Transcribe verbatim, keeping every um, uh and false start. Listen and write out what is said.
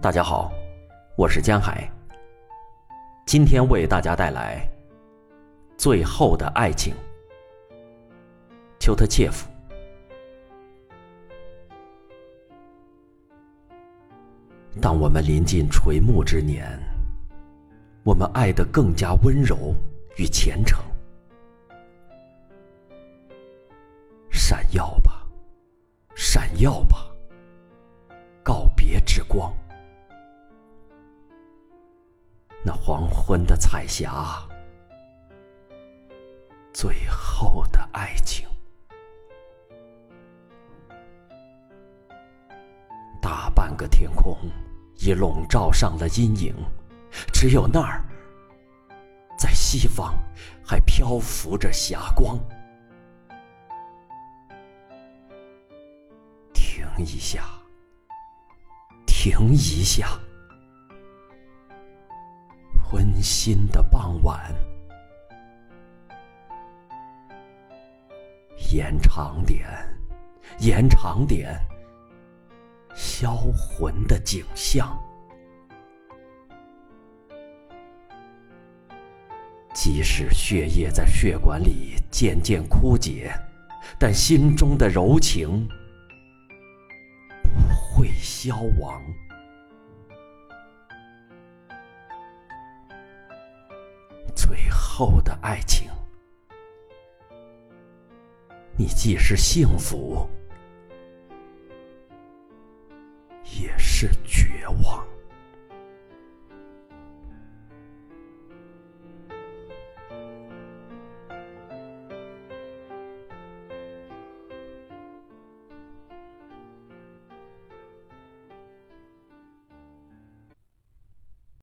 大家好，我是江海。今天为大家带来《最后的爱情》，丘特切夫。当我们临近垂暮之年，我们爱得更加温柔与虔诚。闪耀吧，闪耀吧，告别之光。那黄昏的彩霞，最后的爱情。大半个天空已笼罩上了阴影，只有那儿，在西方还漂浮着霞光。停一下，停一下。温馨的傍晚，延长点，延长点，销魂的景象。即使血液在血管里渐渐枯竭，但心中的柔情不会消亡。最后的爱情，你既是幸福，也是绝望。